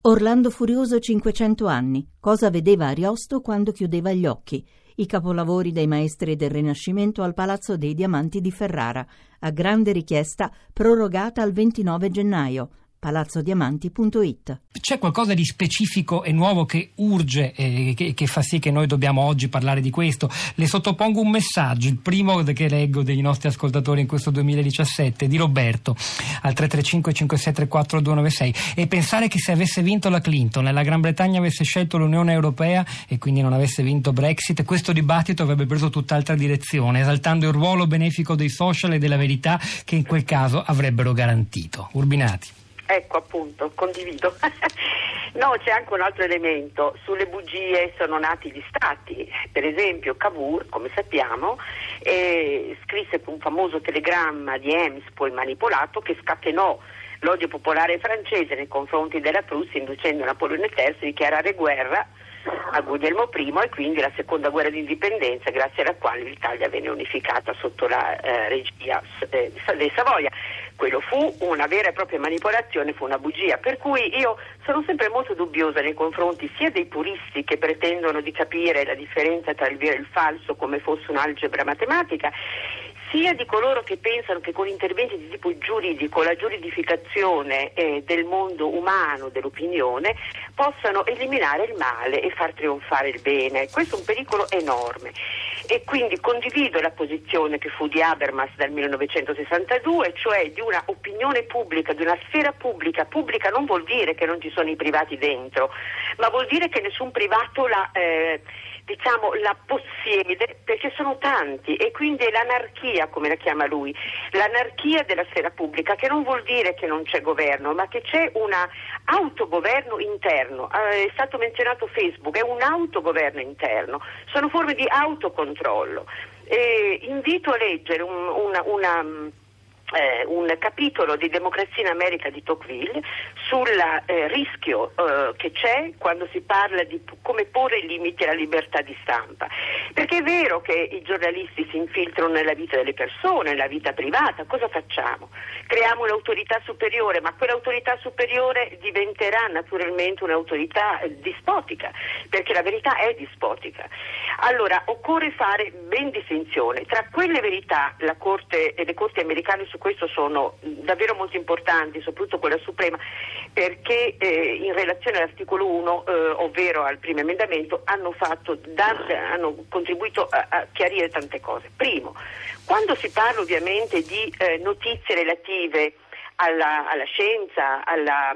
Orlando Furioso 500 anni. Cosa vedeva Ariosto quando chiudeva gli occhi? I capolavori dei maestri del Rinascimento al Palazzo dei Diamanti di Ferrara, a grande richiesta prorogata al 29 gennaio. palazzodiamanti.it. C'è qualcosa di specifico e nuovo che urge e che fa sì che noi dobbiamo oggi parlare di questo. Le sottopongo un messaggio, il primo che leggo dei nostri ascoltatori in questo 2017, di Roberto al 335 5634 296. E pensare che se avesse vinto la Clinton e la Gran Bretagna avesse scelto l'Unione Europea e quindi non avesse vinto Brexit, questo dibattito avrebbe preso tutt'altra direzione, esaltando il ruolo benefico dei social e della verità che in quel caso avrebbero garantito. Urbinati. Ecco, appunto, condivido. No, c'è anche un altro elemento. Sulle bugie sono nati gli stati. Per esempio Cavour, come sappiamo, scrisse un famoso telegramma di Ems, poi manipolato, che scatenò l'odio popolare francese nei confronti della Prussia, inducendo Napoleone III a dichiarare guerra a Guglielmo I e quindi la seconda guerra di indipendenza, grazie alla quale l'Italia venne unificata sotto la regia dei Savoia. Quello fu una vera e propria manipolazione, fu una bugia, per cui io sono sempre molto dubbiosa nei confronti sia dei puristi che pretendono di capire la differenza tra il vero e il falso come fosse un'algebra matematica, sia di coloro che pensano che con interventi di tipo giuridico, la giuridificazione del mondo umano, dell'opinione, possano eliminare il male e far trionfare il bene. Questo è un pericolo enorme e quindi condivido la posizione che fu di Habermas dal 1962, cioè di una opinione pubblica, di una sfera pubblica. Pubblica non vuol dire che non ci sono i privati dentro, ma vuol dire che nessun privato la possiede, perché sono tanti, e quindi è l'anarchia, come la chiama lui, l'anarchia della sfera pubblica, che non vuol dire che non c'è governo, ma che c'è un autogoverno interno. È stato menzionato Facebook, è un autogoverno interno, sono forme di autocontrollo. Invito a leggere un capitolo di Democrazia in America di Tocqueville sul rischio che c'è quando si parla di come porre i limiti alla libertà di stampa, perché è vero che i giornalisti si infiltrano nella vita delle persone, nella vita privata. Cosa facciamo? Creiamo un'autorità superiore, ma quell'autorità superiore diventerà naturalmente un'autorità dispotica, perché la verità è dispotica. Allora occorre fare ben distinzione tra quelle verità. Le corti americane su questo sono davvero molto importanti, soprattutto quella suprema, perché in relazione all'articolo 1, ovvero al primo emendamento, hanno contribuito a chiarire tante cose. Primo, quando si parla ovviamente di notizie relative alla scienza, alla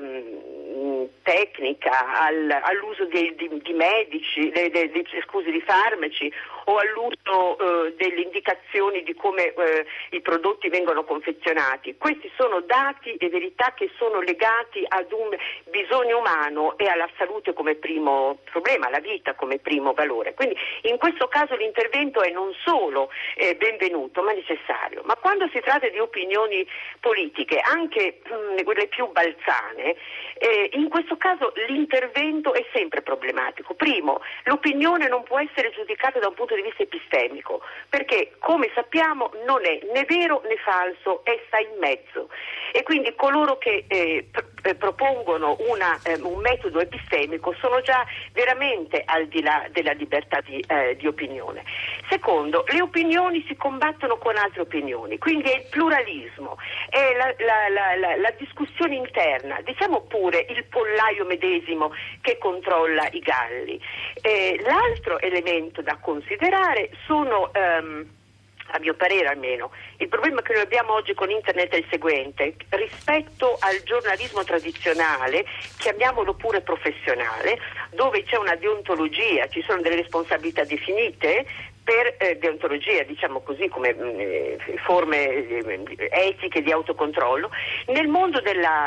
tecnica, all'uso di medici, di farmaci, o all'uso delle indicazioni di come i prodotti vengono confezionati. Questi sono dati e verità che sono legati ad un bisogno umano e alla salute come primo problema, alla vita come primo valore. Quindi in questo caso l'intervento è non solo benvenuto ma necessario. Ma quando si tratta di opinioni politiche, anche quelle più balzane, in questo caso l'intervento è sempre problematico. Primo, l'opinione non può essere giudicata da un punto di vista epistemico, perché come sappiamo non è né vero né falso, sta in mezzo, e quindi coloro che propongono un metodo epistemico sono già veramente al di là della libertà di opinione. Secondo, le opinioni si combattono con altre opinioni, quindi è il pluralismo, è la discussione interna, diciamo pure il pollaio medesimo che controlla i galli. L'altro elemento da considerare sono, a mio parere almeno, il problema che noi abbiamo oggi con internet è il seguente: rispetto al giornalismo tradizionale, chiamiamolo pure professionale, dove c'è una deontologia, ci sono delle responsabilità definite per deontologia, diciamo così, come forme etiche di autocontrollo. Nel mondo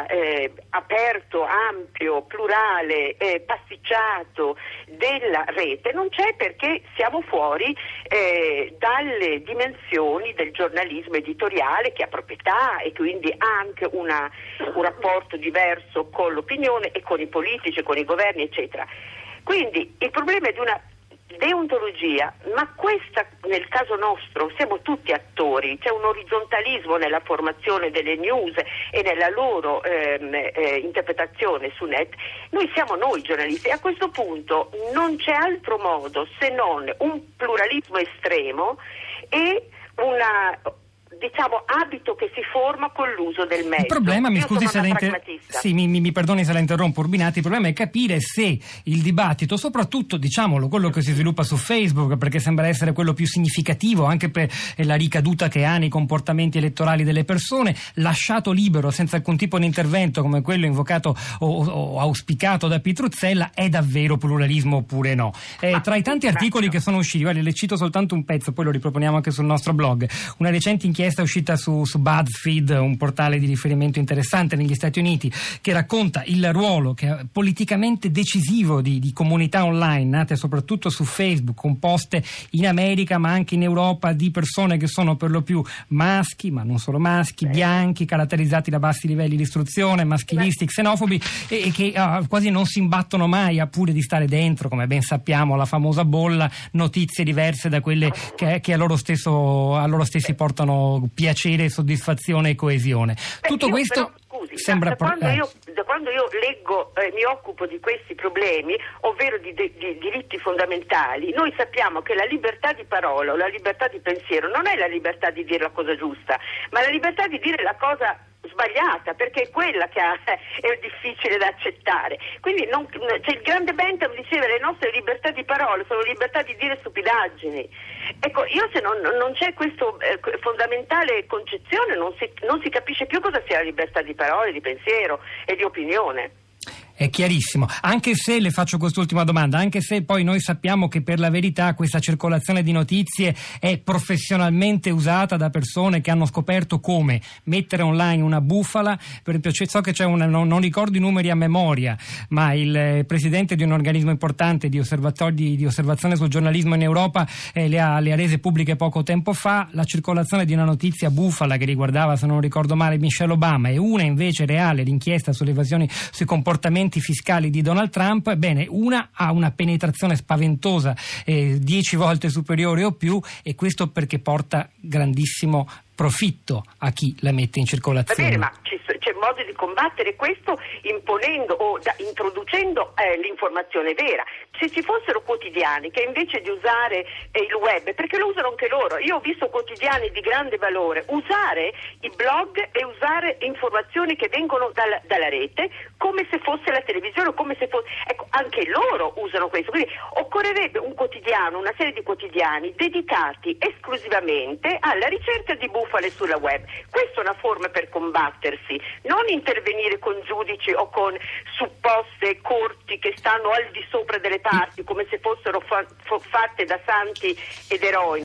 aperto, ampio, plurale, pasticciato della rete non c'è, perché siamo fuori dalle dimensioni del giornalismo editoriale, che ha proprietà e quindi ha anche un rapporto diverso con l'opinione e con i politici, con i governi, eccetera. Quindi il problema è di una deontologia, ma questa nel caso nostro siamo tutti attori, c'è un orizzontalismo nella formazione delle news e nella loro interpretazione su net. Noi siamo noi giornalisti e a questo punto non c'è altro modo se non un pluralismo estremo e una abito che si forma con l'uso del mezzo. Il problema, mi scusi se mi perdoni se la interrompo, Urbinati, il problema è capire se il dibattito, soprattutto quello che si sviluppa su Facebook, perché sembra essere quello più significativo anche per la ricaduta che ha nei comportamenti elettorali delle persone, lasciato libero senza alcun tipo di intervento come quello invocato o auspicato da Pitruzzella, è davvero pluralismo oppure no? Tra i tanti articoli che sono usciti, le cito soltanto un pezzo, poi lo riproponiamo anche sul nostro blog. Una recente inchiesta è uscita su BuzzFeed, un portale di riferimento interessante negli Stati Uniti, che racconta il ruolo che è politicamente decisivo di comunità online nate soprattutto su Facebook, composte in America ma anche in Europa di persone che sono per lo più maschi, ma non solo maschi, bianchi, caratterizzati da bassi livelli di istruzione, maschilisti, xenofobi e che quasi non si imbattono mai, pure di stare dentro, come ben sappiamo, la famosa bolla, notizie diverse da quelle che a loro stessi portano piacere, soddisfazione e coesione. Tutto questo sembra da quando io leggo mi occupo di questi problemi, ovvero di diritti fondamentali, noi sappiamo che la libertà di parola o la libertà di pensiero non è la libertà di dire la cosa giusta, ma la libertà di dire la cosa sbagliata, perché è quella che è difficile da accettare. Quindi il grande Bentham diceva: le nostre libertà di parola sono libertà di dire stupidaggini. Ecco, se non c'è questa fondamentale concezione non si capisce più cosa sia la libertà di parola, di pensiero e di opinione. È chiarissimo, anche se le faccio quest'ultima domanda, anche se poi noi sappiamo che per la verità questa circolazione di notizie è professionalmente usata da persone che hanno scoperto come mettere online una bufala. Per esempio, so che c'è non ricordo i numeri a memoria, ma il presidente di un organismo importante di osservazione sul giornalismo in Europa le ha rese pubbliche poco tempo fa, la circolazione di una notizia bufala che riguardava, se non ricordo male, Michelle Obama, e una invece reale, l'inchiesta sulle evasioni, sui comportamenti fiscali di Donald Trump. Bene, una ha una penetrazione spaventosa, 10 volte superiore o più, e questo perché porta grandissimo profitto a chi la mette in circolazione. Va bene, ma c'è modo di combattere questo imponendo o introducendo l'informazione vera. Se ci fossero quotidiani che invece di usare il web, perché lo usano anche loro, io ho visto quotidiani di grande valore usare i blog e usare informazioni che vengono dalla rete come se fosse la televisione, come se fosse, ecco, anche loro usano questo. Quindi occorrerebbe un quotidiano, una serie di quotidiani dedicati esclusivamente alla ricerca di bufale sulla web. Questa è una forma per combattersi, non intervenire con giudici o con supposte corti che stanno al di sopra delle parti come se fossero fatte da santi ed eroi.